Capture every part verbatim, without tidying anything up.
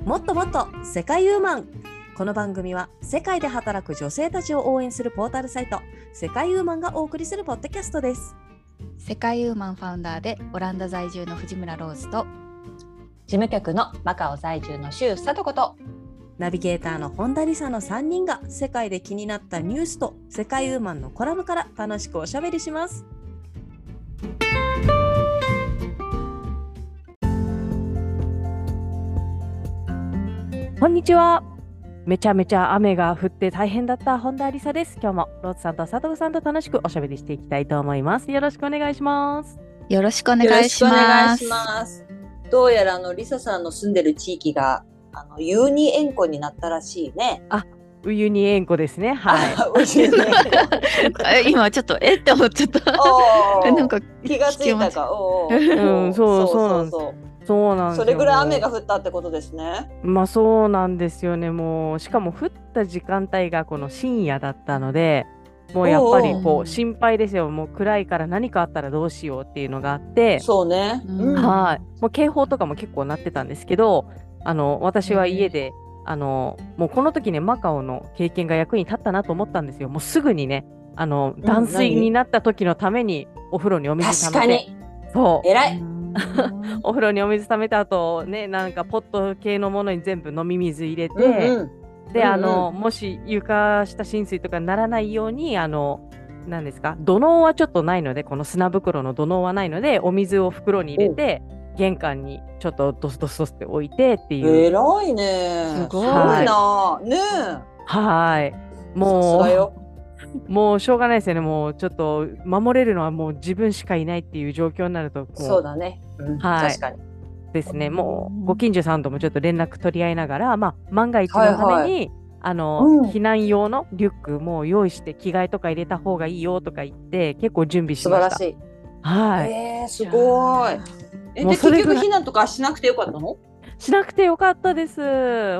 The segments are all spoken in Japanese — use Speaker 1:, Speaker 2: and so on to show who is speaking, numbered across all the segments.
Speaker 1: もっともっと世界ウーマン。この番組は世界で働く女性たちを応援するポータルサイト世界ウーマンがお送りするポッドキャストです。
Speaker 2: 世界ウーマンファウンダーでオランダ在住の藤村ローズと
Speaker 3: 事務局のマカオ在住の周佐とこと
Speaker 1: ナビゲーターの本田理沙のさんにんが世界で気になったニュースと世界ウーマンのコラムから楽しくおしゃべりします。こんにちは。めちゃめちゃ雨が降って大変だった本田理沙です。今日もローズさんと佐藤さんと楽しくおしゃべりしていきたいと思います。よろしくお願いします。
Speaker 2: よろしくお願いします。
Speaker 3: ますどうやらあのリサさんの住んでる地域があのユニ塩湖になったらしいね。
Speaker 1: あ、ウユニ塩湖ですね。はい
Speaker 2: 今ちょっとえって思っちゃったなんか
Speaker 3: 気がついたか。お
Speaker 1: う、うん、そうそうそうそうそうなんですよ。
Speaker 3: それぐらい雨が降ったってことですね。
Speaker 1: まあそうなんですよね。もうしかも降った時間帯がこの深夜だったので、もうやっぱりこう心配ですよ。もう暗いから何かあったらどうしようっていうのがあって、
Speaker 3: そうね、
Speaker 1: うん、はい。もう警報とかも結構鳴ってたんですけど、あの私は家で、あのもうこの時ねマカオの経験が役に立ったなと思ったんですよ。もうすぐにね、あの断水になった時のためにお風呂にお水溜めて、そう
Speaker 3: 偉い
Speaker 1: お風呂にお水溜めた後ね、なんかポット系のものに全部飲み水入れて、
Speaker 3: うんうん、
Speaker 1: で、
Speaker 3: うんうん、
Speaker 1: あのもし床下浸水とかにならないように、あの何ですか、土のうはちょっとないので、この砂袋の土のうはないので、お水を袋に入れて玄関にちょっとドスドスドスって置いてっていう。
Speaker 3: 偉いね。すごいな。ねえ。
Speaker 1: はい。もうもうしょうがないですよね。もうちょっと守れるのはもう自分しかいないっていう状況になると、
Speaker 3: そうだね、うん、はい、確かに
Speaker 1: ですね。もうご近所さんともちょっと連絡取り合いながら、まあ、万が一のために、はいはい、あの、うん、避難用のリュックも用意して着替えとか入れた方がいいよとか言って結構準備しました。
Speaker 3: 素晴らしい。
Speaker 1: はい。
Speaker 3: えー、すごい。え、で結局避難とかしなくてよかったの？
Speaker 1: しなくてよかったです。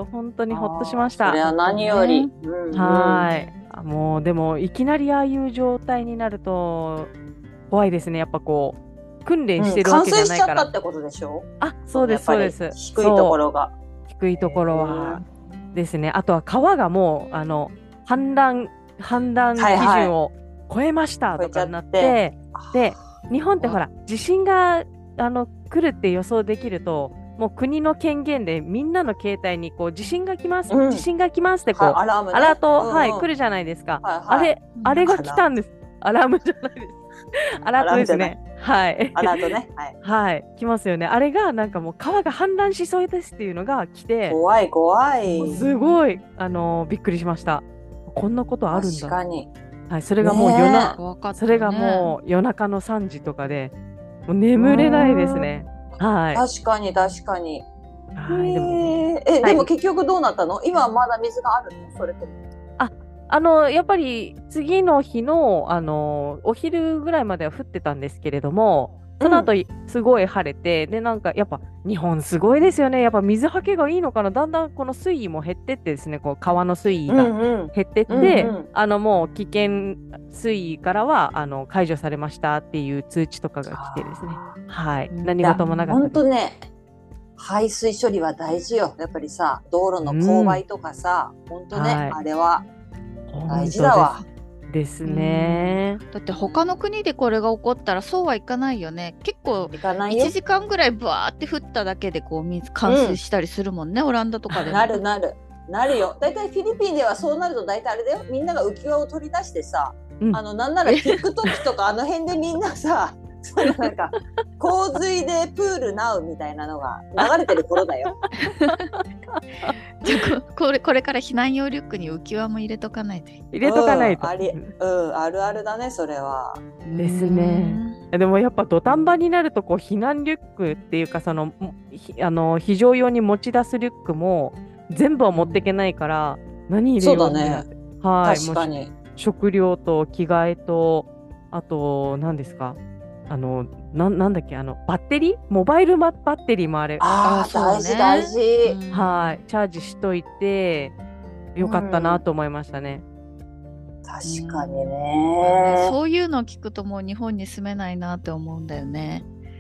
Speaker 1: 本当にほっとしました。
Speaker 3: それは何より。
Speaker 1: ね、うんうん、はい。もうでもいきなりああいう状態になると怖いですね。やっぱこう訓練してるわけじゃないから。
Speaker 3: うん、冠水しちゃったってことでしょ？
Speaker 1: あ、そうですそうです。
Speaker 3: 低いところが。
Speaker 1: 低いところはですね。あとは川がもうあの氾濫氾濫基準を超えましたとかになって、はいはい、で日本ってほら地震があの来るって予想できると、もう国の権限でみんなの携帯にこう地震が来ます、うん、地震が来ますってこう、はい、アラームね、アラート、うんうん、はい、来るじゃないですか、はいはい、あれあれが来たんです。アラームじゃないです。アラートですね。はい。
Speaker 3: アラートね。はい。
Speaker 1: はい、来ますよね。あれがなんかもう川が氾濫しそうですっていうのが来て、
Speaker 3: 怖い怖い。
Speaker 1: すごいあのびっくりしました。こんなことあるんだ。
Speaker 3: 確かに。
Speaker 1: はい、それがもう夜な、ね、それがもう夜中のさんじとかで、もう眠れないですね。はい。
Speaker 3: 確かに確かに。はい、でも、え、でも結局どうなったの？今はまだ水があるの？それとも。
Speaker 1: あ、あのやっぱり次の日のあのお昼ぐらいまでは降ってたんですけれども、その後すごい晴れて、うん、でなんかやっぱ日本すごいですよね。やっぱ水はけがいいのかな。だんだんこの水位も減ってってですね、こう川の水位が減ってって、うんうん、あのもう危険水位からはあの解除されましたっていう通知とかが来てですね。はい。何事もなかった。
Speaker 3: 本当ね。排水処理は大事よ。やっぱりさ、道路の勾配とかさ、うん、本当ね、はい、あれは大事だわ。
Speaker 1: ですね。
Speaker 2: だって他の国でこれが起こったらそうはいかないよね。結構いちじかんぐらいバーって降っただけでこう水冠水したりするもんね、うん、オランダとかでも。
Speaker 3: なるなるなるよ。だいたいフィリピンではそうなると大体あれだよ。みんなが浮き輪を取り出してさ、うん、あのなんなら TikTok とかあの辺でみんなさそのなんか洪水でプールナウみたいなのが流れてる頃だよ。
Speaker 2: じゃこ, こ, れこれから避難用リュックに浮き輪も入れとかないと。
Speaker 1: 入れとかないと。
Speaker 3: うん、あり、うん、あるあるだねそれは。
Speaker 1: ですね。でもやっぱ土壇場になるとこう避難リュックっていうかそのあの非常用に持ち出すリュックも全部は持っていけないから何入れようってなって。
Speaker 3: そうだね。はい。確かに。
Speaker 1: 食料と着替えとあと何ですか。あの な, なんだっけあのバッテリーモバイルバッテリーもあれ
Speaker 3: ああ大事大事、
Speaker 1: うん、はいチャージしといてよかったなと思いましたね、
Speaker 3: うん、確かにね、
Speaker 2: うん、そういうのを聞くともう日本に住めないなって思うんだよね。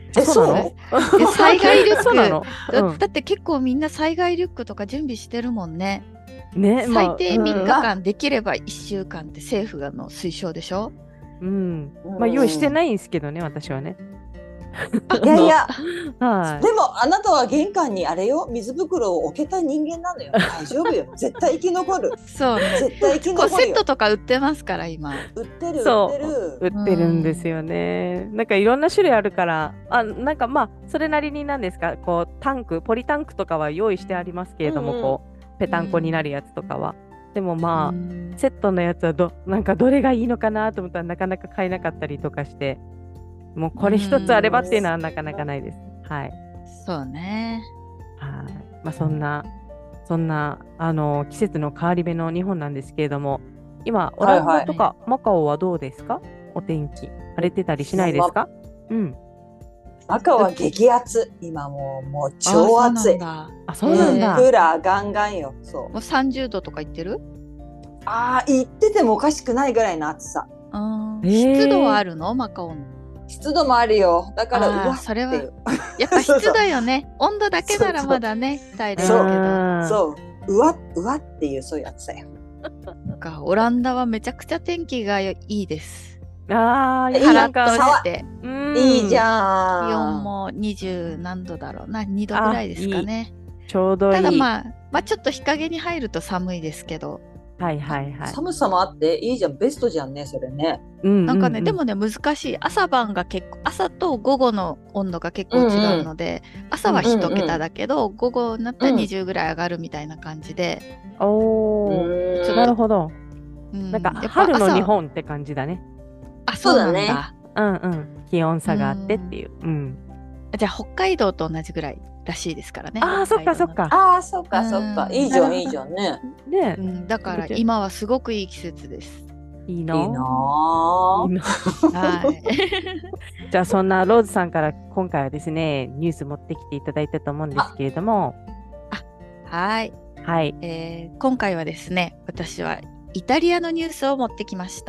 Speaker 3: え、そうなの？
Speaker 2: で災害リュッ
Speaker 1: そうなの、
Speaker 2: クだ、
Speaker 1: うん、
Speaker 2: だって結構みんな災害リュックとか準備してるもんね。
Speaker 1: ね、まあ、
Speaker 2: 最低みっかかん、できればいっしゅうかんって政府がの推奨でしょ。
Speaker 1: うん、まあ用意してないんですけどね、私はね。
Speaker 3: いやいや、
Speaker 1: はい。
Speaker 3: でもあなたは玄関にあれよ、水袋を置けた人間なのよ。大丈夫よ。絶対生き残る。
Speaker 2: そうね。
Speaker 3: 絶対生き
Speaker 2: こう
Speaker 3: 残るよ。
Speaker 2: セットとか売ってますから今。
Speaker 3: 売ってる
Speaker 1: そう
Speaker 3: 売ってる。
Speaker 1: 売ってるんですよね。なんかいろんな種類あるから、あ、なんかまあそれなりになんですか、こうタンク、ポリタンクとかは用意してありますけれども、
Speaker 3: うんうん、
Speaker 1: こうペタンコになるやつとかは。でもまあ、
Speaker 2: うん、
Speaker 1: セットのやつはどなんかどれがいいのかなと思ったらなかなか買えなかったりとかして、もうこれ一つあればっていうのはなかなかないです。はい。
Speaker 2: そうね。
Speaker 1: はい。まあそんなそんなあの季節の変わり目の日本なんですけれども、今オランダとかマカオはどうですか？お天気晴れてたりしないですか？うん。
Speaker 3: マカオは激暑。今もうもう超暑い。
Speaker 1: あ、そうなんだ。
Speaker 3: クーラーガンガンよ。そう。
Speaker 2: もうさんじゅうどとか言ってる？
Speaker 3: ああ、言っててもおかしくないぐらいの暑さ。
Speaker 2: あ、湿度はあるの？マカオの。
Speaker 3: 湿度もあるよ。だからうわ
Speaker 2: それはやっぱ湿度よね。温度だけならまだね耐えれるけど、
Speaker 3: そう、うわうわっていうそういう暑さよ。
Speaker 2: なんかオランダはめちゃくちゃ天気がいいです。
Speaker 1: ああ、
Speaker 2: カラッとして、
Speaker 3: いいじゃん。
Speaker 2: 気温もにじゅう何度だろうな、にどぐらいですかね。
Speaker 1: いい、ちょうどいい。
Speaker 2: ただまあ、まあちょっと日陰に入ると寒いですけど。
Speaker 1: はいはいはい。
Speaker 3: 寒さもあっていいじゃん、ベストじゃんね、それね。
Speaker 2: なんかね、でもね、難しい。朝晩が結構、朝と午後の温度が結構違うので、うんうん、朝は一桁だけど、うんうん、午後になったらにじゅうぐらい上がるみたいな感じで。
Speaker 1: うん、おー、なるほど。うん、なんか春の日本って感じだね。
Speaker 2: あ、そうだね。
Speaker 1: うんうん。気温差があってっていう。うん。
Speaker 2: じゃあ北海道と同じぐらいらしいですからね。
Speaker 1: ああ、そっかそっか。
Speaker 3: ああ、そっかそっか。いいじゃんいいじゃんね。
Speaker 1: ね、
Speaker 2: うん、だから今はすごくいい季節です。
Speaker 1: いいの？
Speaker 3: いいな。
Speaker 2: はい。
Speaker 1: じゃあそんなローズさんから今回はですね、ニュース持ってきていただいたと思うんですけれども。
Speaker 2: あ、はい。
Speaker 1: はい、
Speaker 2: えー。今回はですね、私はイタリアのニュースを持ってきました。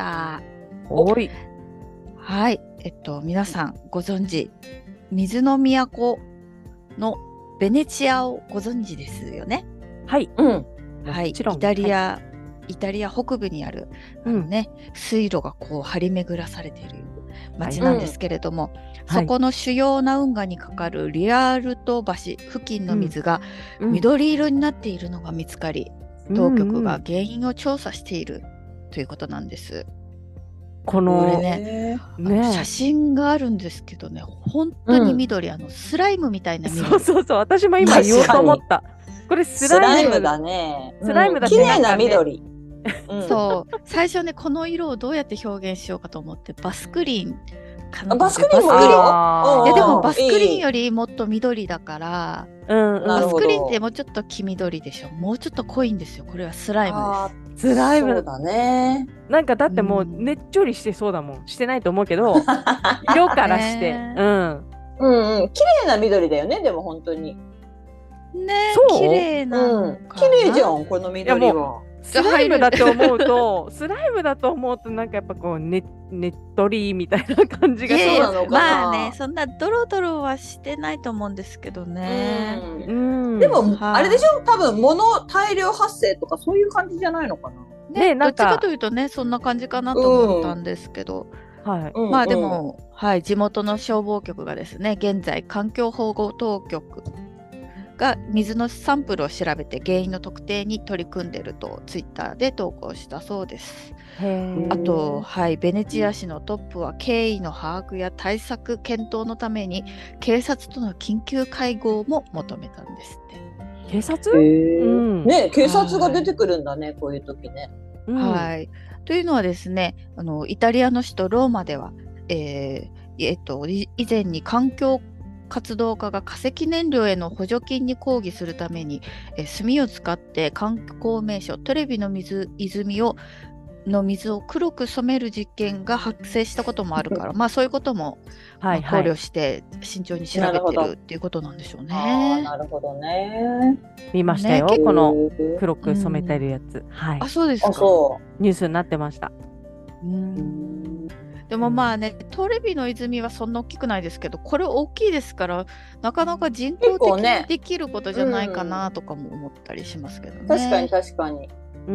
Speaker 1: おい。
Speaker 2: はい。えっと皆さんご存知、水の都のベネチアをご存知ですよね。
Speaker 1: はい。
Speaker 2: うん。はい。イタリア、はい、イタリア北部にある、あのね、うん、水路がこう張り巡らされている町なんですけれども、はいうん、そこの主要な運河にかかるリアルト橋付近の水が緑色になっているのが見つかり、うん、当局が原因を調査しているということなんです。
Speaker 1: この
Speaker 2: これね、ね、写真があるんですけどね、本当に緑、うん、あのスライムみたいな緑。
Speaker 1: そうそうそう、私も今言おうと思った。これスライムだね。スライムだね。
Speaker 3: 綺麗な緑。
Speaker 2: そう、最初ね、この色をどうやって表現しようかと思ってバスクリーンかな。
Speaker 3: バスクリーンもいいよ。
Speaker 2: いやでもバスクリーンよりもっと緑だから、
Speaker 1: うん、
Speaker 2: バスクリーンってもうちょっと黄緑でしょ。もうちょっと濃いんですよ。これはスライムです。
Speaker 1: スライム
Speaker 3: そうだね。
Speaker 1: なんかだってもうねっちょりしてそうだもん。してないと思うけど、色からして、うん、
Speaker 3: うんうん、綺麗な緑だよね。でも本当に。
Speaker 2: ね、綺麗なのかな。
Speaker 3: 綺麗じゃんこの緑は。
Speaker 1: スライムだと思うと、スライムだと思うとなんかやっぱこうねねっとりみたいな感じが
Speaker 3: そうなのかな。
Speaker 2: まあね、そんなドロドロはしてないと思うんですけどね。
Speaker 3: うん、でもあれでしょ、多分物大量発生とかそういう感じじゃないのかな。
Speaker 2: ね、どっちかというとね、そんな感じかなと思ったんですけど、
Speaker 1: うん、はい、
Speaker 2: まあでも、うん、はい、地元の消防局がですね、現在環境保護当局が水のサンプルを調べて原因の特定に取り組んでいるとツイッターで投稿したそうです。あと、はい、ベネチア市のトップは経緯の把握や対策検討のために警察との緊急会合も求めたんですって。
Speaker 1: 警察？
Speaker 3: うん、ね、警察が出てくるんだね、はい、こういう時ね。
Speaker 2: はい、というのはですね、あのイタリアの首都ローマでは、えーえっと、以前に環境活動家が化石燃料への補助金に抗議するために、えー、炭を使って観光名所テレビの水泉をの水を黒く染める実験が発生したこともあるからまあそういうこともはいはい、考慮して慎重に調べてるっていうことなんでしょうね。
Speaker 3: あ、なるほどね。
Speaker 1: 見ましたよ、ね、この黒く染めてるやつ、うん、はい、
Speaker 2: あ、そうですか。
Speaker 1: ニュースになってました。
Speaker 2: うんでもまあね、トレビの泉はそんな大きくないですけど、これ大きいですから、なかなか人工的にできることじゃないかなとかも思ったりしますけどね。
Speaker 3: 確かに確かに。
Speaker 2: うん、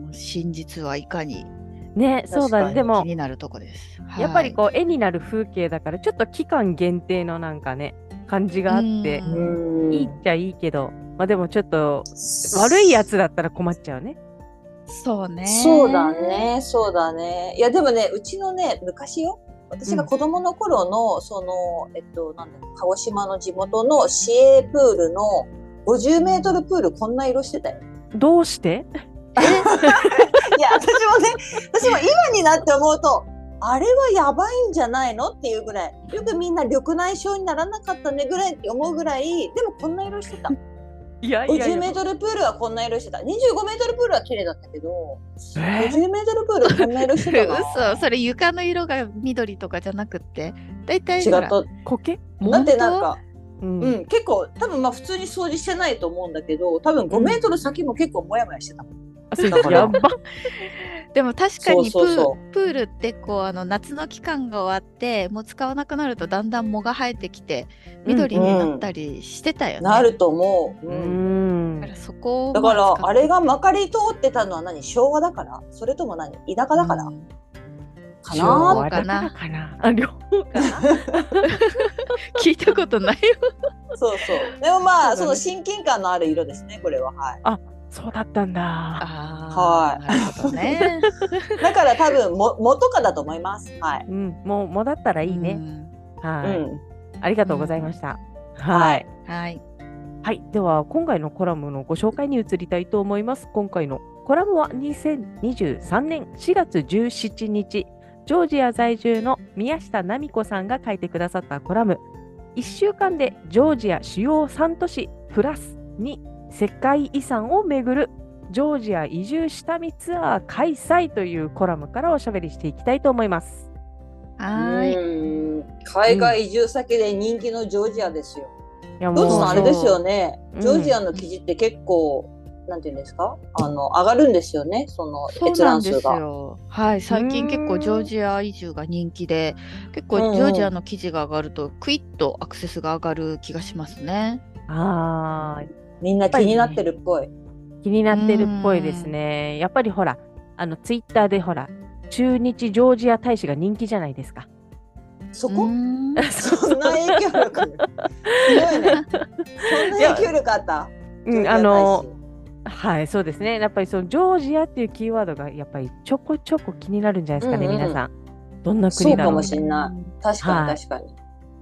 Speaker 2: 真実はいかに。
Speaker 1: ね、そうだね。でも
Speaker 2: 気になるとこです。
Speaker 1: やっぱりこう絵になる風景だからちょっと期間限定のなんかね感じがあっていいっちゃいいけど、まあでもちょっと悪いやつだったら困っちゃうね。
Speaker 2: そうね。
Speaker 3: そうだね、そうだね。いやでもね、うちのね昔よ、私が子供の頃の、うん、そのえっとなんだ鹿児島の地元の市営プールのごじゅうメートルプールこんな色してたよ。
Speaker 1: どうして？
Speaker 3: いや私もね、私も今になって思うとあれはやばいんじゃないのっていうぐらい、よくみんな緑内障にならなかったねぐらいって思うぐらい、でもこんな色してた。
Speaker 1: いやいやいや、
Speaker 3: ごじゅうメートルプールはこんな色してた。にじゅうごメートルプールは綺麗だったけど、えー、ごじゅうメートルプールこんな色してたな。
Speaker 2: 嘘、それ床の色が緑とかじゃなくて、だいたい
Speaker 3: 違った。
Speaker 1: 苔？
Speaker 3: だってなんか、うん、うん、結構多分まあ普通に掃除してないと思うんだけど、多分ごメートル先も結構モヤモヤしてたもん。
Speaker 1: うん、やば。
Speaker 2: でも確かにプールってこうあの夏の期間が終わってもう使わなくなるとだんだん藻が生えてきて緑になったりしてたよね。
Speaker 3: うんうん、なると思う。う
Speaker 2: ん、だからそこ
Speaker 3: だからあれがまかり通ってたのは何、昭和だから、それとも何、田舎だから、うん、かな
Speaker 1: 昭和だからかな。あ、両方かな。
Speaker 2: 聞いたことないよ。
Speaker 3: そうそう。でもまあその親近感のある色ですね、これは。はい。
Speaker 1: あ、そうだったんだ。
Speaker 3: はい。
Speaker 2: なるほどね。
Speaker 3: だから多分も藻とかだと思います。はい。
Speaker 1: うん、もう藻だったらいいね。はい、うん。ありがとうございました。
Speaker 2: うん、はい。はい。
Speaker 1: はい。では今回のコラムのご紹介に移りたいと思います。今回のコラムはにせんにじゅうさんねんしがつじゅうしちにち、ジョージア在住の宮下奈美子さんが書いてくださったコラム。いっしゅうかんでジョージア主要さん都市プラスに世界遺産を巡るジョージア移住下見ツアー開催というコラムからおしゃべりしていきたいと思います。
Speaker 2: はい。
Speaker 3: 海外移住先で人気のジョージアですよ。どうぞあれですよね。ジョージアの記事って結構、うん、なんていうんですか、あの上がるんですよね。その閲覧数が。
Speaker 2: はい、最近結構ジョージア移住が人気で、結構ジョージアの記事が上がるとクイッとアクセスが上がる気がしますね。
Speaker 1: ああ。
Speaker 3: みんな気になってるっぽい。
Speaker 1: 気になってるっぽいですね。やっぱりほら、あのツイッターでほら、駐日ジョージア大使が人気じゃないですか。
Speaker 3: そこ？そんな影響力。すごいね。そんな影響力あった。
Speaker 1: うん、あの、はい、そうですね。やっぱりそのジョージアっていうキーワードがやっぱりちょこちょこ気になるんじゃないですかね、うんうん、皆さん。どんな国だろう。
Speaker 3: そうかもしれない。確かに確かに。はい、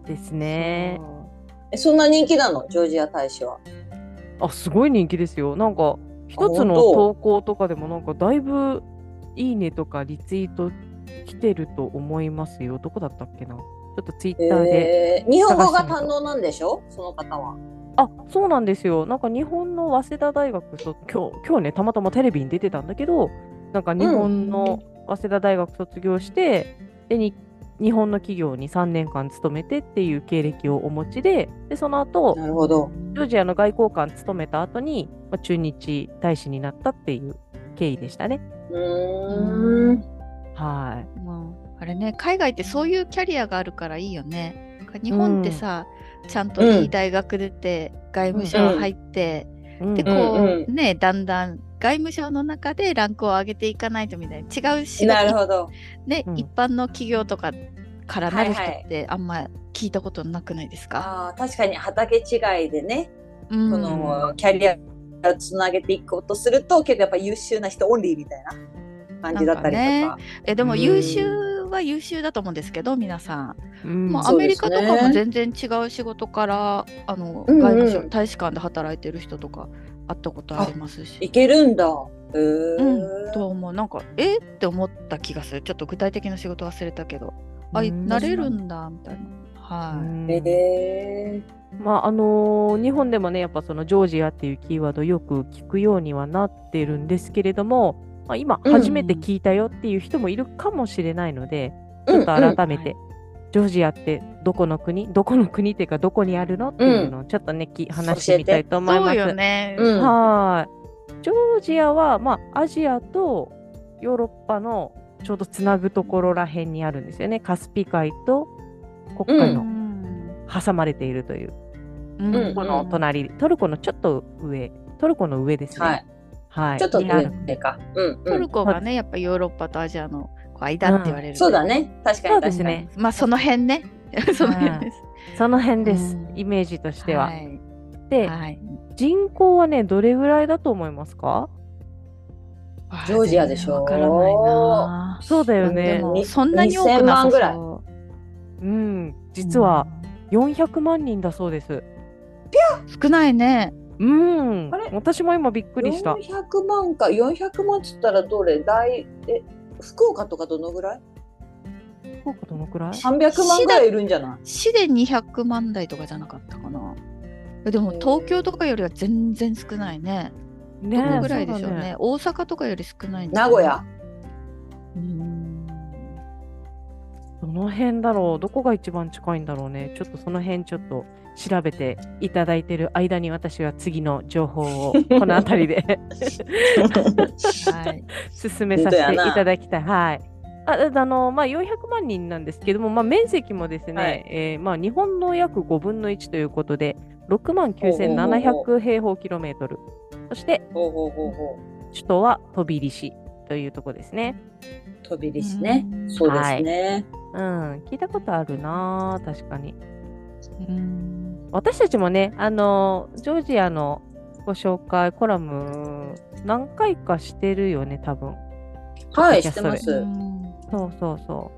Speaker 1: ですね。
Speaker 3: え、そんな人気なの、ジョージア大使は。
Speaker 1: あ、すごい人気ですよ。なんか一つの投稿とかでもなんかだいぶいいねとかリツイート来てると思いますよ。どこだったっけな。ちょっとツイッターで、
Speaker 3: えー、日本語が堪能なんでしょ、その方は。
Speaker 1: あ、そうなんですよ。なんか日本の早稲田大学そ今日今日ねたまたまテレビに出てたんだけど、なんか日本の早稲田大学卒業して、うん、でに日本の企業にさんねんかん勤めてっていう経歴をお持ちで、でその後、
Speaker 3: なるほど、
Speaker 1: ジョージアの外交官務めた後に、まあ、駐日大使になったっていう経緯でしたね。
Speaker 3: うーん、
Speaker 1: はい。
Speaker 2: もうあれね、海外ってそういうキャリアがあるからいいよね。日本ってさ、うん、ちゃんといい大学出て、うん、外務省入って、うん、でこう、うんうん、ね、だんだん外務省の中でランクを上げていかないとみたいな違う仕事、
Speaker 3: なるほど、
Speaker 2: ね、うん、一般の企業とかからなる人ってあんま聞いたことなくないですか？
Speaker 3: はいはい、あ、確かに畑違いでね、うん、このキャリアをつなげていこうとすると結構やっぱ優秀な人オンリーみたいな感じだったりとか。
Speaker 2: ね、えでも優秀は優秀だと思うんですけど、皆さん、うん、まあ、アメリカとかも全然違う仕事から、ね、あの外務省、うんうん、大使館で働いてる人とか会ったことありますし。
Speaker 3: いけるんだ。へ
Speaker 2: ー、うん、と思う。なんかえって思った気がする。ちょっと具体的な仕事忘れたけど、あ、なれるんだみたいな。はい。
Speaker 3: へ
Speaker 1: ー、まああのー、日本でもねやっぱそのジョージアっていうキーワードよく聞くようにはなってるんですけれども、まあ、今初めて聞いたよっていう人もいるかもしれないので、うん、ちょっと改めて、うんうん、ジョージアってどこの国どこの国っていうかどこにあるのっていうのをちょっとね、うん、話してみたいと思います。
Speaker 2: そうよね、
Speaker 1: うん、はい。ジョージアは、まあ、アジアとヨーロッパのちょうどつなぐところらへんにあるんですよね。カスピ海と黒海の挟まれているという、
Speaker 2: うん、
Speaker 1: トルコの隣、トルコのちょっと上、トルコの上ですね。
Speaker 3: はい
Speaker 1: はい、
Speaker 3: ちょっと上か、うんうん、
Speaker 2: トルコがねやっぱヨーロッパとアジアの間って言われる、
Speaker 3: うん、そうだね、確かに確かに。そうです
Speaker 1: ね。
Speaker 2: まあその辺ねその辺です、
Speaker 1: うん、その辺です、うん、イメージとしては。はい、で、
Speaker 2: はい、
Speaker 1: 人口はねどれぐらいだと思いますか？
Speaker 3: ジョージアでしょ。
Speaker 2: わからないな。
Speaker 1: そうだよね。
Speaker 2: でもそんなに多くなさそう。にせんまんぐらい。
Speaker 1: うん、実はよんひゃくまんにんだそうです。
Speaker 3: ぴゃ
Speaker 2: 少ないね。
Speaker 1: うん。あれ、私も今びっくりした。
Speaker 3: よんひゃくまんか、よんひゃくまんっつったらどれ？大え福岡とかどのぐらい？
Speaker 1: 福岡どのくらい？
Speaker 3: さんびゃくまんぐらいいるんじゃない？
Speaker 2: 市でにひゃくまん台とかじゃなかったかな。でも東京とかよりは全然少ないね。ね、どのぐらいでしょうね。ね、大阪とかより少ないんです、ね、
Speaker 3: 名古屋。
Speaker 2: うーん。
Speaker 1: どの辺だろう。どこが一番近いんだろうね。ちょっとその辺ちょっと調べていただいている間に私は次の情報をこの辺りで、はい、進めさせていただきたい。はい。ああのまあ、よんひゃくまんにんなんですけども、まあ、面積もですね、はい、えーまあ、日本の約ごぶんのいちということでろくまんきゅうせんななひゃく平方キロメートル。そして
Speaker 3: ほうほうほうほ
Speaker 1: う首都はトビリシというところですね。
Speaker 3: トビリシね。そうですね、
Speaker 1: はい、うん。聞いたことあるな、確かに。うん私たちもね、あのジョージアのご紹介コラム何回かしてるよね、多分。
Speaker 3: はい、してます。
Speaker 1: そうそうそう。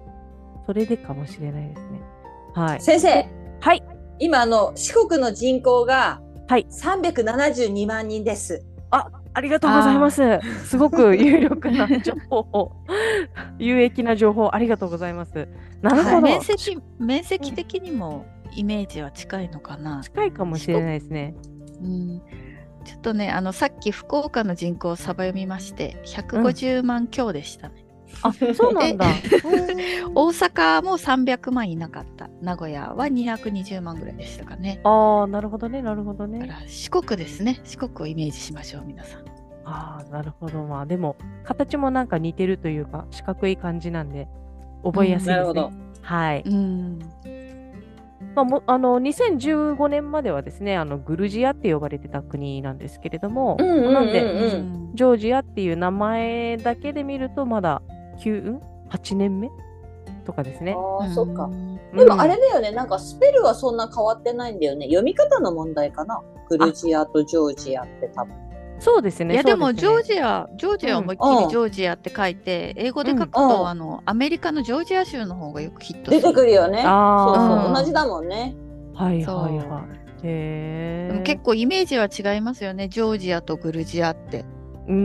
Speaker 1: それでかもしれないですね。はい。
Speaker 3: 先生。
Speaker 1: はい。
Speaker 3: 今あの四国の人口が
Speaker 1: はい
Speaker 3: さんびゃくななじゅうにまんにんです。
Speaker 1: あ、ありがとうございます。すごく有力な情報、有益な情報ありがとうござざいます。なるほど。
Speaker 2: 面積面積的にもイメージは近いのかな。
Speaker 1: 近いかもしれないですね。
Speaker 2: うん。ちょっとね、あのさっき福岡の人口をサバ読みましてひゃくごじゅうまん強でしたね。
Speaker 1: うん、あ、そうなんだ。
Speaker 2: 大阪もさんびゃくまんいなかった。名古屋はにひゃくにじゅうまんぐらいでしたかね。
Speaker 1: ああ、なるほどね、なるほどね。
Speaker 2: だから四国ですね。四国をイメージしましょう、皆さん。
Speaker 1: ああ、なるほど。まあでも形もなんか似てるというか四角い感じなんで覚えやすいですね。うん、なるほど。はい。うん。まあ、もあのにせんじゅうごねんまではですね、あのグルジアって呼ばれてた国なんですけれども、なんでジョージアっていう名前だけで見るとまだきゅう、はちねんめとかですね。
Speaker 3: ああ、そっか。でもあれだよね、なんかスペルはそんな変わってないんだよね。読み方の問題かな。グルジアとジョージアって多分。
Speaker 1: そうですね。
Speaker 2: いやでもジョージア、ジョージア思いっきりジョージアって書いて、英語で書くとあのアメリカのジョージア州の方がよくヒットする。
Speaker 3: 出てくるよね。そうそう、同じだもんね。
Speaker 1: はいはいはい。へえ。
Speaker 2: でも結構イメージは違いますよね。ジョージアとグルジアって。
Speaker 1: うん、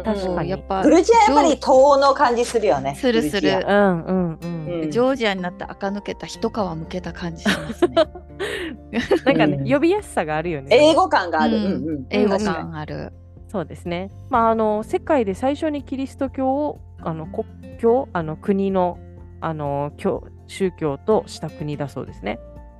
Speaker 1: 確かに。
Speaker 3: やっぱグルジアやっぱり東欧の感じするよね。
Speaker 2: するする。
Speaker 1: うんうんうん。
Speaker 2: ジョージアになって垢抜けた一皮むけた感じしますね。
Speaker 1: なんかね、呼びやすさがあるよね。
Speaker 3: 英語感がある。
Speaker 2: 英語感ある。
Speaker 1: そうですね。まああの世界で最初にキリスト教をあの国教あの国のあの教宗教とした国だそうですね。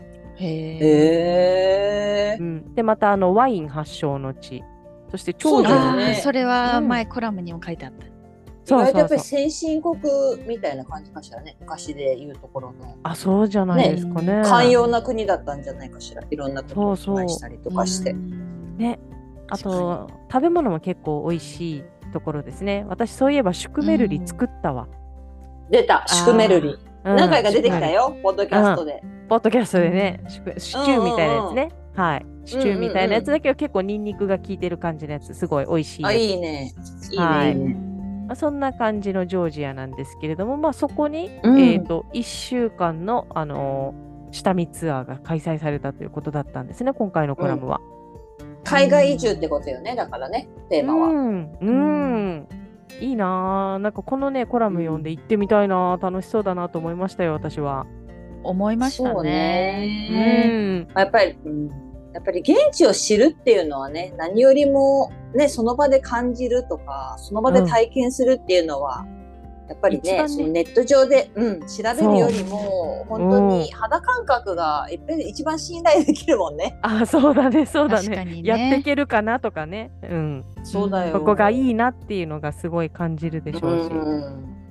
Speaker 3: へえ。
Speaker 1: うん。でまたあのワイン発祥の地。そして長
Speaker 2: 女ね。それは前コラムにも書いてあった。
Speaker 3: そうそうそう。やっぱり先進国みたいな感じかしらね。昔でいうところの。
Speaker 1: あ、そうじゃないですかね。
Speaker 3: 寛容な国だったんじゃないかしら。いろんなことをトライしたりとかして。
Speaker 1: ね。あと食べ物も結構美味しいところですね。私そういえばシュクメルリ作ったわ。
Speaker 3: 出たシュクメルリ。何回か出てきたよ。ポッドキャストで。
Speaker 1: ポッドキャストでね、シチューみたいなやつね。はい。シチューみたいなやつだけど結構ニンニクが効いてる感じのやつ、すごい美味しい。
Speaker 3: あ、いいね。いいね。
Speaker 1: まあ、そんな感じのジョージアなんですけれども、まあそこに、うん、えっといっしゅうかんのあのー、下見ツアーが開催されたということだったんですね。今回のコラムは。
Speaker 3: うん、海外移住ってことよね。だからね、テーマは。
Speaker 1: うん。うん。いいなぁ。なんかこのねコラム読んで行ってみたいなぁ。楽しそうだなと思いましたよ、私は。
Speaker 2: 思いましたね。
Speaker 3: そうね。うん。やっぱり。うんやっぱり現地を知るっていうのはね、何よりもね、その場で感じるとか、その場で体験するっていうのは、うん、やっぱり ね, ねそのネット上で、うん、調べるよりも、本当に肌感覚が一番信頼できるもんね。
Speaker 1: あ、そうだね、そうだ ね, ね。やっていけるかなとかね。うん。
Speaker 3: そうだよ。
Speaker 1: ここがいいなっていうのがすごい感じるでしょうし。うん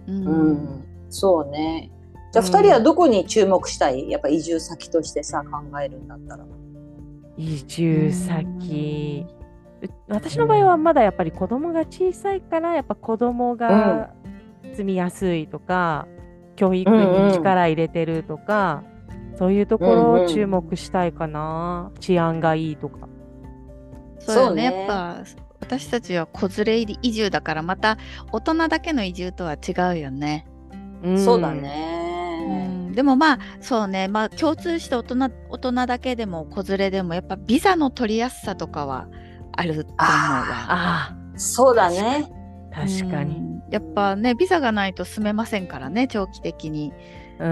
Speaker 2: うん、
Speaker 3: うん、そうね。じゃあふたりはどこに注目したい？やっぱ移住先としてさ考えるんだったら。
Speaker 1: 移住先、私の場合はまだやっぱり子供が小さいからやっぱ子供が住みやすいとか、うん、教育に力入れてるとか、うんうん、そういうところを注目したいかな、うんうん、治安がいいとか。
Speaker 2: そうよね、やっぱ私たちは子連れ移住だからまた大人だけの移住とは違うよね。
Speaker 3: うん、そうだね、
Speaker 2: うん、でもまあそうね、まあ共通して大人大人だけでも子連れでもやっぱビザの取りやすさとかはあると思うわ。
Speaker 3: ああ、そうだね。
Speaker 1: 確かに、うん、
Speaker 2: やっぱねビザがないと住めませんからね、長期的に。
Speaker 1: うん、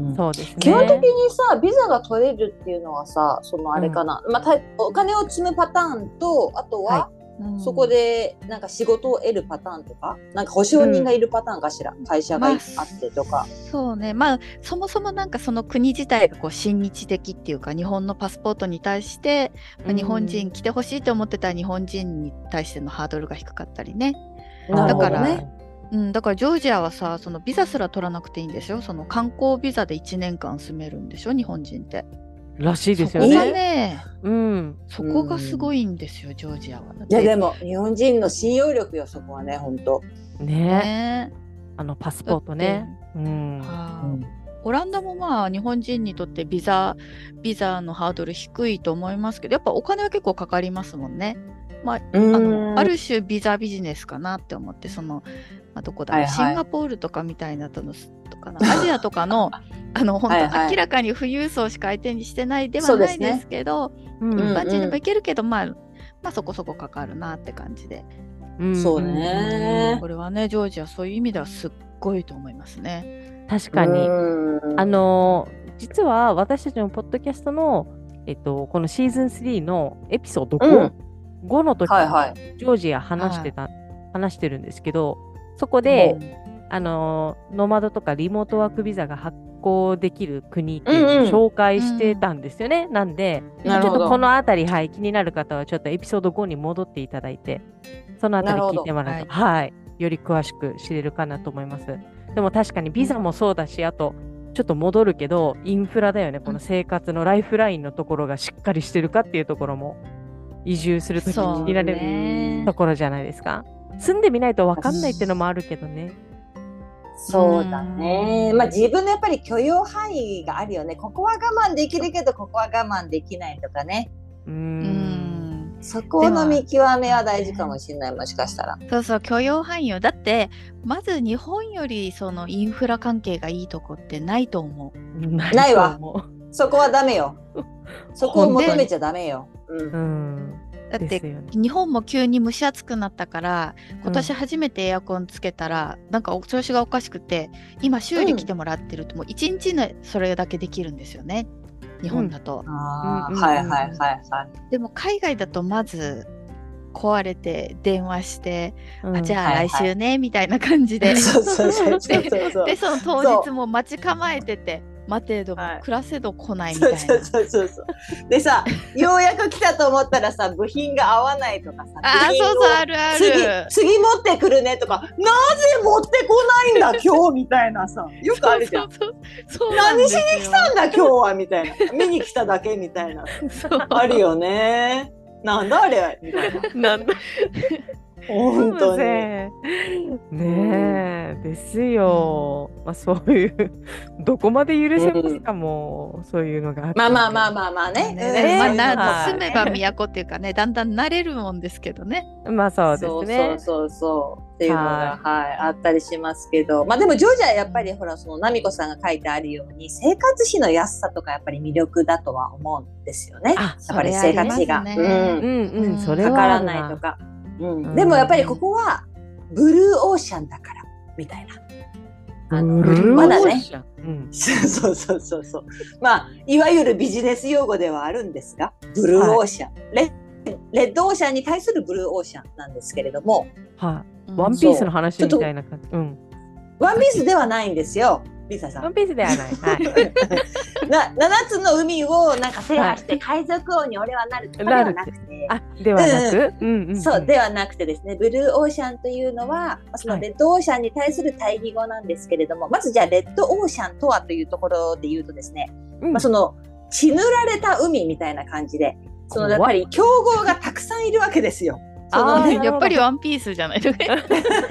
Speaker 1: うん、そうですね。
Speaker 3: 基本的にさビザが取れるっていうのはさ、そのあれかな、うん、まあ、お金を積むパターンと、あとは、はい、うん、そこでなんか仕事を得るパターンとか、なんか保証人がいるパターンかしら、うん、会社があってとか、
Speaker 2: まあ、そうね、まあそもそもなんかその国自体がこう親日的っていうか、日本のパスポートに対して、まあ、日本人来てほしいと思ってたら日本人に対してのハードルが低かったりね、
Speaker 3: うん、だからね、
Speaker 2: うん、だからジョージアはさ、そのビザすら取らなくていいんでしょ。その観光ビザでいちねんかん住めるんでしょ、日本人って。
Speaker 1: らしいですよね。
Speaker 2: そこがね、
Speaker 1: うん、
Speaker 2: そこがすごいんですよ、うん、ジョージアは。
Speaker 3: いやでも日本人の信用力よ、そこはね、本当。
Speaker 1: ね、ね、あのパスポートね。うん、
Speaker 2: オランダもまあ日本人にとってビザビザのハードル低いと思いますけど、やっぱお金は結構かかりますもんね。まあ、あのある種ビザビジネスかなって思って、その、まあ、どこだろう、はいはい、シンガポールとかみたいなとのとかなアジアとかのあの本当はい、はい、明らかに富裕層しか相手にしてないではないですけど、ね、一般人でもいけるけど、まあ、まあそこそこかかるなって感じで、
Speaker 3: うん、そうね、
Speaker 2: これはねジョージアそういう意味ではすっごいと思いますね。
Speaker 1: 確かに、あの実は私たちのポッドキャストの、えっと、このシーズンスリーのエピソードご、うんごの時に、はいはい、ジョージア話してた、はい、話してるんですけど、そこで、うん、あのノマドとかリモートワークビザが発行できる国っていうのを紹介してたんですよね。うんうん、なんで、ちょっとこのあたり、はい、気になる方はちょっとエピソードごに戻っていただいて、そのあたり聞いてもらうと、はい、はい、より詳しく知れるかなと思います。でも確かにビザもそうだし、あとちょっと戻るけどインフラだよね。この生活のライフラインのところがしっかりしてるかっていうところも移住するときに気になれるところじゃないですか。住んでみないと分かんないっていうのもあるけどね。
Speaker 3: そうだね。まあ自分のやっぱり許容範囲があるよね。ここは我慢できるけどここは我慢できないとかね。
Speaker 1: うーん、
Speaker 3: そこの見極めは大事かもしれない、もしかしたら。
Speaker 2: そうそう、許容範囲よ。だってまず日本よりそのインフラ関係がいいとこってないと思う。
Speaker 3: ないわ。そこはダメよ。そこを求めちゃダメよ。うん、
Speaker 1: うん
Speaker 2: だって、ね、日本も急に蒸し暑くなったから今年初めてエアコンつけたら、うん、なんかお調子がおかしくて今修理来てもらってると、うん、もういちにちでそれだけできるんですよね、日本だと。
Speaker 3: はいはいはいはい。
Speaker 2: でも海外だとまず壊れて電話して、うん、あじゃあ来週ね、はいはい、みたいな感じででその当日も待ち構えてて待てども、はい、暮らせど来ないみたいな。
Speaker 3: そうそうそうそうでさようやく来たと思ったらさ部品が合わないとかさ
Speaker 2: あそうそうあるある
Speaker 3: 次次持ってくるねとかなぜ持ってこないんだ今日みたいなさよくあるじゃん。
Speaker 2: そうそうそう
Speaker 3: 何しに来たんだ今日はみたいな見に来ただけみたいなあるよね。なんだあれみたいな。なんだ本当にね
Speaker 1: えですよ、まあ、そういうどこまで許せますか、うん、もうそういうのがあって、
Speaker 3: まあまあまあまあまあね、
Speaker 2: ね、まあ、な住めば都っていうかねだんだん慣れるもんですけどね。
Speaker 1: まあそうですね。
Speaker 3: そうそうそうそうっていうのが、はいはい、あったりしますけど、まあでもジョージアはやっぱりほらそのナミコさんが書いてあるように生活費の安さとかやっぱり魅力だとは思うんですよね。
Speaker 2: あ
Speaker 3: やっぱり生活費が、
Speaker 2: ね、
Speaker 3: うん
Speaker 1: うんうん、それは
Speaker 3: かからないとか。うん、でもやっぱりここはブルーオーシャンだからみたいな。
Speaker 1: あのブルーオーシャン、
Speaker 3: うん、そうそうそうそう。まあいわゆるビジネス用語ではあるんですが、ブルーオーシャン、はい、レ, レッドオーシャンに対するブルーオーシャンなんですけれども、
Speaker 1: はい、ワンピースの話みたいな感じ。うん、
Speaker 3: ワンピースではないんですよ。 リサさん。
Speaker 1: ワンピースではない。はい。
Speaker 3: なななつの海をなんか制覇して海賊王に俺はなるとかではなくて、
Speaker 1: あ、ではなく、うんうんうん、
Speaker 3: そうではなくてですね、ブルーオーシャンというのはそのレッドオーシャンに対する対義語なんですけれども、はい、まずじゃあレッドオーシャンとはというところで言うとですね、うん、まあ、その血塗られた海みたいな感じで、そのやっぱり強豪がたくさんいるわけですよ。
Speaker 2: そのね、やっぱりワンピースじゃないとね。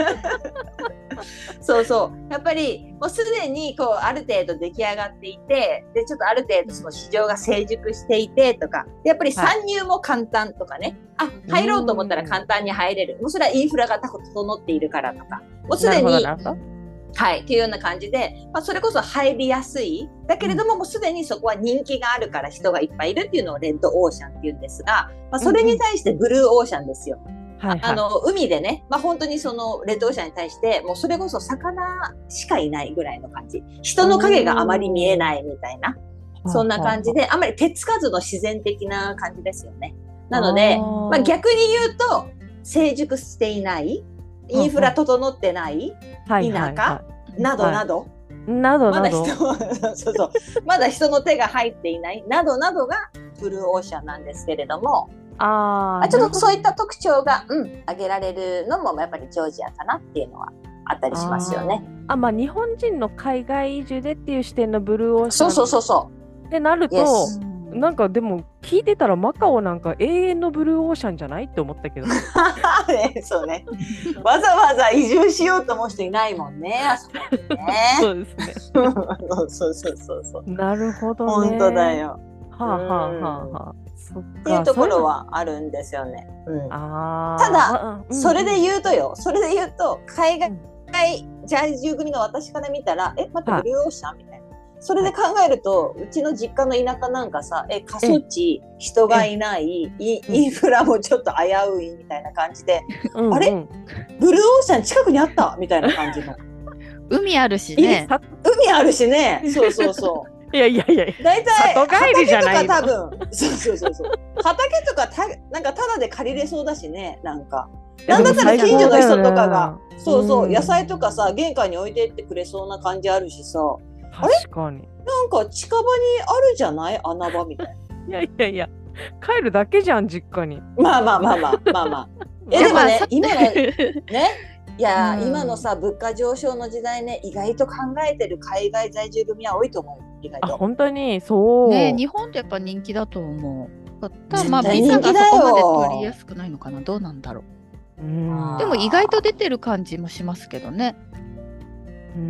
Speaker 3: そうそう、やっぱりもうすでにこうある程度出来上がっていて、でちょっとある程度その市場が成熟していてとか、やっぱり参入も簡単とかね、はい、あ、入ろうと思ったら簡単に入れる、もうそれはインフラが整っているからとか、もうすでにはいっていうような感じで、まあ、それこそ入りやすいだけれども、もうすでにそこは人気があるから人がいっぱいいるっていうのをレッドオーシャンっていうんですが、まあ、それに対してブルーオーシャンですよ。はいはい、あの海でね、まあ、本当にそのレッドオーシャンに対してもうそれこそ魚しかいないぐらいの感じ、人の影があまり見えないみたいな、そんな感じで、あまり手つかずの自然的な感じですよね。なので、まあ、逆に言うと成熟していない、インフラ整ってない田舎などなど、
Speaker 1: などなど、
Speaker 3: まだ人そうそうまだ人の手が入っていないなどなどがブルーオーシャンなんですけれども、あちょっとそういった特徴が、うん、挙げられるのもやっぱりジョージアかなっていうのはあったりしますよね。
Speaker 1: あ、まあ、日本人の海外移住でっていう視点のブルーオーシャン、
Speaker 3: そうそうそうそう
Speaker 1: ってなると、yes. なんかでも聞いてたらマカオなんか永遠のブルーオーシャンじゃないって思ったけどね、
Speaker 3: そうね、わざわざ移住しようと思う人いないもんね、あそこにね。
Speaker 1: そうですね
Speaker 3: そうそうそうそう、
Speaker 1: なるほどね、
Speaker 3: 本当だよ。
Speaker 1: はあはあはあはあ、そっか
Speaker 3: っていうところはあるんですよね。うん、
Speaker 1: あ
Speaker 3: ただ、うん、それで言うとよ、それで言うと海外在住組の私から見たら、え、待って、ブルーオーシャンみたいな。それで考えると、うちの実家の田舎なんかさ、え、過疎地、人がいない、インフラもちょっと危ういみたいな感じで、うんうん、あれブルーオーシャン近くにあったみたいな感じの。
Speaker 2: 海あるしね。
Speaker 3: 海あるしね。そうそうそう。
Speaker 1: いやいやいや、
Speaker 3: 大体
Speaker 1: 里帰りじゃないの。
Speaker 3: 畑とか多分、そうそうそうそう。畑とかたなんかタダで借りれそうだしね、なんか。なんだったら近所の人とかが、そうそう、うん、野菜とかさ、玄関に置いてってくれそうな感じあるしさ。
Speaker 1: 確かに。
Speaker 3: なんか近場にあるじゃない、穴場みたいな。
Speaker 1: いやいやいや、帰るだけじゃん、実家に。
Speaker 3: まあまあまあまあまあまあ。えでもね、今のね、いや、うん、今のさ物価上昇の時代ね、意外と考えてる海外在住組は多いと思う。意外と。
Speaker 1: あ、本当にそう。
Speaker 2: ね、日本ってやっぱ人気だと思う。ただまあビザがそこまで取りやすくないのかな、どうなんだろう。うんでも意外と出てる感じもしますけどね。
Speaker 3: うん、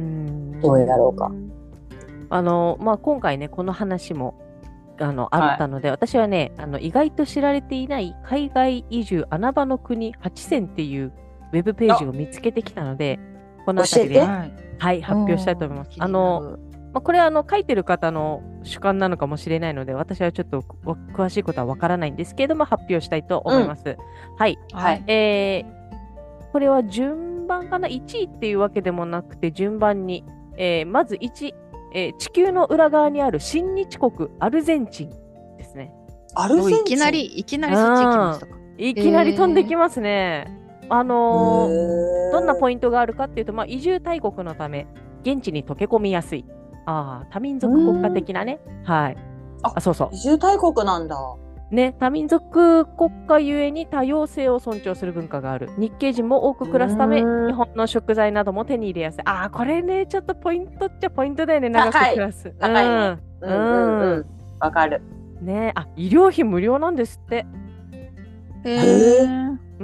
Speaker 3: どうだろうか。
Speaker 1: あのまあ、今回ねこの話もあのあったので、はい、私はねあの意外と知られていない海外移住穴場の国はち選っていうウェブページを見つけてきたので、この辺りで、はいはい、発表したいと思います。あの、まあ、これはあの書いてる方の主観なのかもしれないので、私はちょっと詳しいことはわからないんですけれども発表したいと思います。うん、はい、はい、えー、これは順番かな、いちいっていうわけでもなくて順番に、えー、まずいち、えー、地球の裏側にある親日国アルゼンチンですね。
Speaker 3: アルゼンチン、
Speaker 2: いきなりいきなりそっち行きましたか。
Speaker 1: いきなり飛んできますね。あのー、どんなポイントがあるかっていうと、まあ、移住大国のため現地に溶け込みやすい、あ多民族国家的なね、はい、
Speaker 3: ああそうそう、移住大国なんだ
Speaker 1: ね、多民族国家ゆえに多様性を尊重する文化がある。日系人も多く暮らすため、日本の食材なども手に入れやすい。ああ、これね、ちょっとポイントっちゃポイントだよね、長く暮らす。
Speaker 3: 高い、高いね。うんうんうん。わかる。
Speaker 1: ね、あ、医療費無料なんですって。
Speaker 3: へえ。
Speaker 1: うん。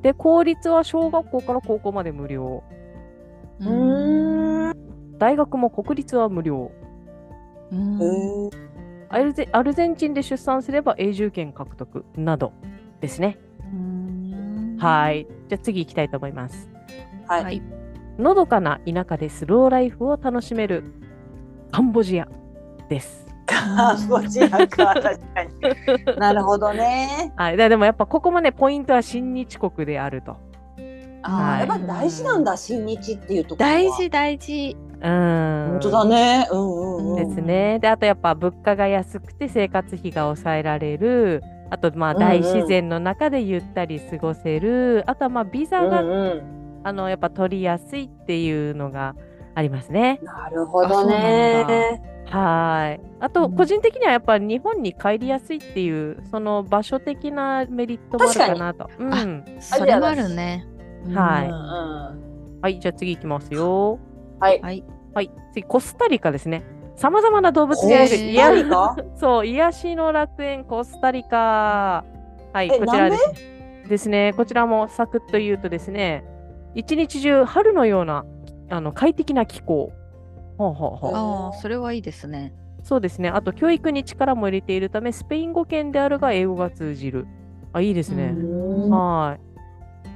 Speaker 1: で、公立は小学校から高校まで無料。
Speaker 3: うーん。
Speaker 1: 大学も国立は無料。
Speaker 3: へえ。
Speaker 1: アルゼ、アルゼンチンで出産すれば永住権獲得などですね。
Speaker 2: うーん
Speaker 1: はい。じゃあ次行きたいと思います。
Speaker 3: はい。はい、
Speaker 1: のどかな田舎でスローライフを楽しめるカンボジアです。
Speaker 3: カンボジアか、確かに。なるほどね。
Speaker 1: はい。でもやっぱここもね、ポイントは親日国であると。
Speaker 3: ああ、はい、やっぱ大事なんだ、親日っていうところは。
Speaker 2: 大事大事。
Speaker 1: うん、
Speaker 3: 本当だね。うんうんうん。
Speaker 1: ですね。で、あとやっぱ物価が安くて生活費が抑えられる。あとまあ大自然の中でゆったり過ごせる。うんうん、あとはまあビザが、うんうん、あのやっぱ取りやすいっていうのがあありますね。
Speaker 3: なるほどね。
Speaker 1: はい。あと、個人的にはやっぱり日本に帰りやすいっていう、その場所的なメリットもあるかなと。うん、
Speaker 2: それもあるね。
Speaker 1: はい。
Speaker 3: うんうん、
Speaker 1: はい、じゃあ次いきますよ。
Speaker 3: はい。
Speaker 1: はい。はい、次、コスタリカですね。さまざまな動物がいる。
Speaker 3: コスタリカ
Speaker 1: そう、癒しの楽園、コスタリカ。はい、こちらですね。ですね。こちらもサクッと言うとですね、一日中春のようなあの快適な気候。ほうほうほう。
Speaker 2: ああ、それはいいですね。
Speaker 1: そうですね。あと、教育に力も入れているため、スペイン語圏であるが、英語が通じる。あ、いいですね。はい。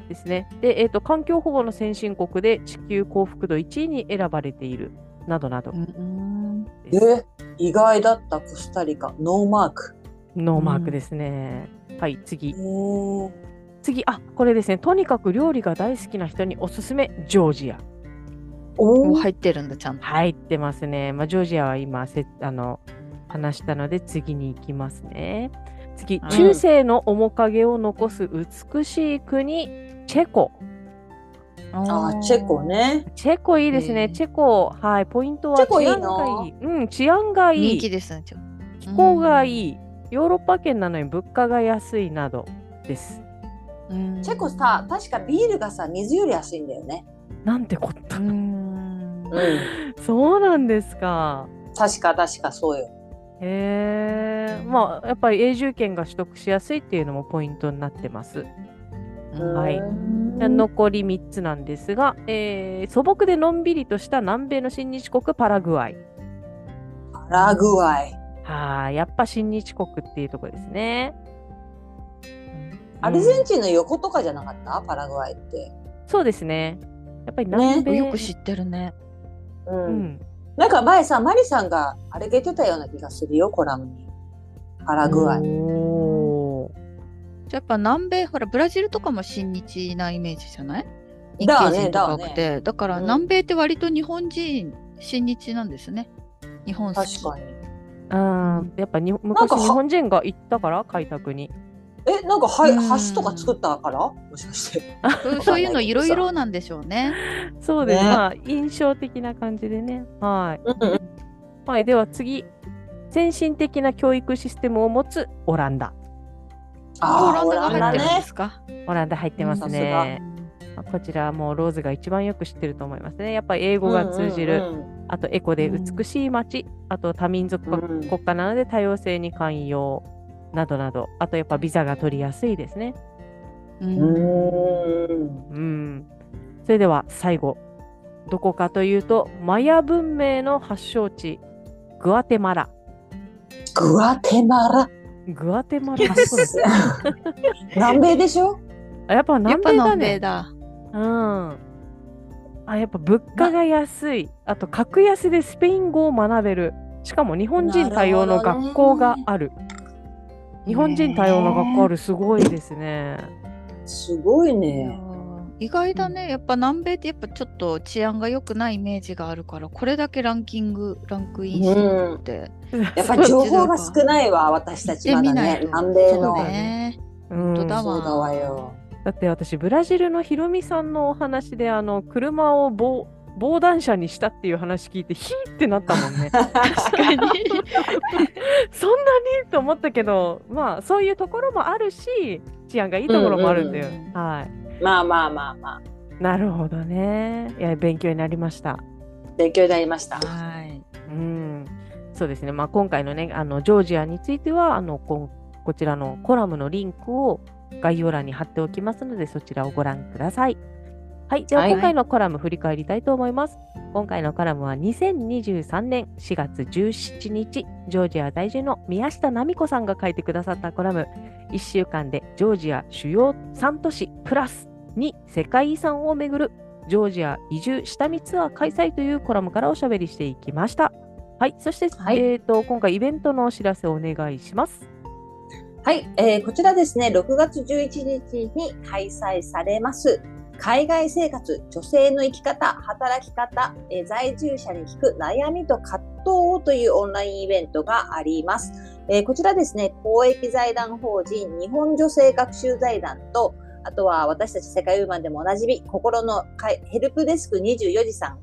Speaker 1: ですね。で、えっと、環境保護の先進国で地球幸福度いちいに選ばれている。などなど。
Speaker 3: え、意外だった、コスタリカ。ノーマーク。
Speaker 1: ノーマークですね。はい、次。次、あ、これですね。とにかく料理が大好きな人におすすめ、ジョージア。
Speaker 2: お、入ってるんだ、ちゃんと。
Speaker 1: 入ってますね。まあ、ジョージアは今せあの話したので次に行きますね。次、うん、中世の面影を残す美しい国、チェコ。
Speaker 3: あ、チェコね。
Speaker 1: チェコいいですね。チェコ、はい、ポイントは治安がいい。いいうん、治安がいい。
Speaker 2: 人気ですね。
Speaker 1: 気候がいい。ヨーロッパ圏なのに物価が安いなどです。
Speaker 3: チェコさ、確かビールがさ、水より安いんだよね。
Speaker 1: なんてこった。うん、そうなんですか。
Speaker 3: 確か確かそうよ。
Speaker 1: へえ、まあやっぱり永住権が取得しやすいっていうのもポイントになってます。はい。残りみっつなんですが、えー、素朴でのんびりとした南米の親日国パラグアイ。
Speaker 3: パラグアイ。
Speaker 1: はあ、やっぱ親日国っていうところですね。
Speaker 3: アルゼンチンの横とかじゃなかった？パラグアイって。
Speaker 1: そうですね。やっぱり南米、
Speaker 2: ね、よく知ってるね。
Speaker 3: うん。うん、なんか前さ、マリさんがあれ出てたような気がするよ、コラムに。パラグアイ。
Speaker 2: おじゃやっぱ南米、ほらブラジルとかも親日なイメージじゃない？日
Speaker 3: 系
Speaker 2: 人とかくて、だ,、ね、だから南米って割と日本人親日なんですね。日本好き。
Speaker 3: 確かに。
Speaker 1: あ、うん、やっぱに昔日本人が行ったから開拓に。
Speaker 3: え、なんかは橋とか作ったからもしかして
Speaker 2: そういうのいろいろなんでしょうね。
Speaker 1: そうです、ね、まあ印象的な感じでね。はい、うん、はい、では次、先進的な教育システムを持つオランダ。
Speaker 2: あ、オランダが入ってるんですか？
Speaker 1: オランダ入ってますね。うん、こちらはもうローズが一番よく知ってると思いますね。やっぱり英語が通じる、うんうんうん、あとエコで美しい街、うん、あと多民族国家なので多様性に寛容などなど、あとやっぱビザが取りやすいですね。うん、うん。それでは最後、どこかというとマヤ文明の発祥地、グアテマラ。
Speaker 3: グアテマラ。
Speaker 1: グアテマラ。
Speaker 3: 南米でしょ？
Speaker 1: やっぱ南米だね。
Speaker 2: だ。
Speaker 1: うん。あ、やっぱ物価が安い。あと格安でスペイン語を学べる。しかも日本人対応の学校がある。日本人対応の学校ある、すごいですね。
Speaker 3: すごいね。
Speaker 2: 意外だね。やっぱ南米ってやっぱちょっと治安が良くないイメージがあるから、これだけランキングランクインしてるって、
Speaker 3: うん、やっぱり情報が少ないわ、私たちまだね。南米の。
Speaker 2: そうね。本当だわ。
Speaker 3: そうだわよ。
Speaker 1: だって私ブラジルのひろみさんのお話で、あの車を防防弾車にしたっていう話聞いてヒーってなったもんね。
Speaker 2: 確かにそんなに
Speaker 1: と思ったけど、まあそういうところもあるし、治安がいいところもあるんだよ、うんうんうん、はい。
Speaker 3: まあまあまあまあ。
Speaker 1: なるほどね。いや、勉強になりました。
Speaker 3: 勉強になりました。
Speaker 2: はい。
Speaker 1: うん。そうですね。まあ今回のね、あのジョージアについてはあの こ, こちらのコラムのリンクを概要欄に貼っておきますので、そちらをご覧ください。はい。では今回のコラム振り返りたいと思います。はい、今回のコラムはにせんにじゅうさんねんしがつじゅうしちにち、ジョージア在住の宮下奈美子さんが書いてくださったコラム、いっしゅうかんでジョージア主要さん都市プラスに世界遺産を巡るジョージア移住下見ツアー開催というコラムからおしゃべりしていきました。はい。そして、はい、えーと、今回イベントのお知らせをお願いします。
Speaker 3: はい、えー、こちらですね、ろくがつじゅういちにちに開催されます海外生活、女性の生き方、働き方、えー、在住者に聞く悩みと葛藤をというオンラインイベントがあります。えー、こちらですね、公益財団法人日本女性学習財団と、あとは私たち世界ウーマンでもおなじみ、心のヘルプデスクにじゅうよじさんが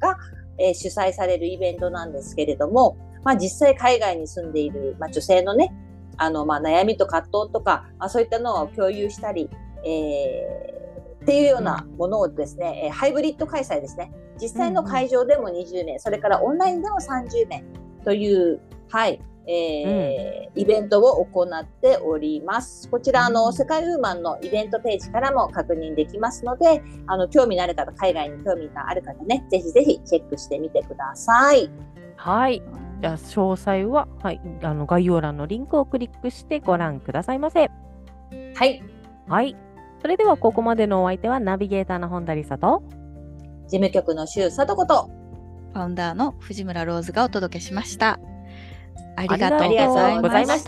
Speaker 3: えー、主催されるイベントなんですけれども、まあ、実際海外に住んでいる、まあ、女性のね、あの、まあ、悩みと葛藤とか、まあ、そういったのを共有したり、えー、っていうようなものをですね、ハイブリッド開催ですね。実際の会場でもにじゅうめい、それからオンラインでもさんじゅうめいという、はい、えーうん、イベントを行っております。こちら、あの、世界ウーマンのイベントページからも確認できますので、あの、興味のある方、海外に興味がある方ね、ぜひぜひチェックしてみてください。
Speaker 1: はい。じゃあ、詳細は、はい、あの、概要欄のリンクをクリックしてご覧くださいませ。
Speaker 3: はい。
Speaker 1: はい。それでは、ここまでのお相手は、ナビゲーターの本田理沙と、
Speaker 3: 事務局の周佐子と、
Speaker 2: ファウンダーの藤村ローズがお届けしました。ありがとうございました。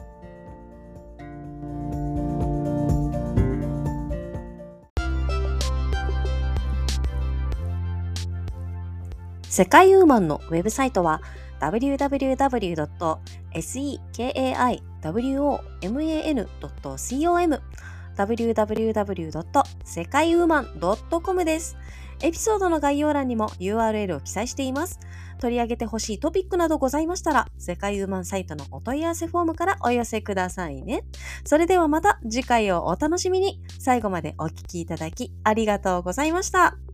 Speaker 4: 世界ウーマンのウェブサイトは ダブリューダブリューダブリュードットセカイウーマンドットコム ダブリューダブリューダブリュードットセカイウーマンドットコム です。エピソードの概要欄にも ユーアールエル を記載しています。取り上げてほしいトピックなどございましたら、世界ウーマンサイトのお問い合わせフォームからお寄せくださいね。それではまた次回をお楽しみに。最後までお聞きいただきありがとうございました。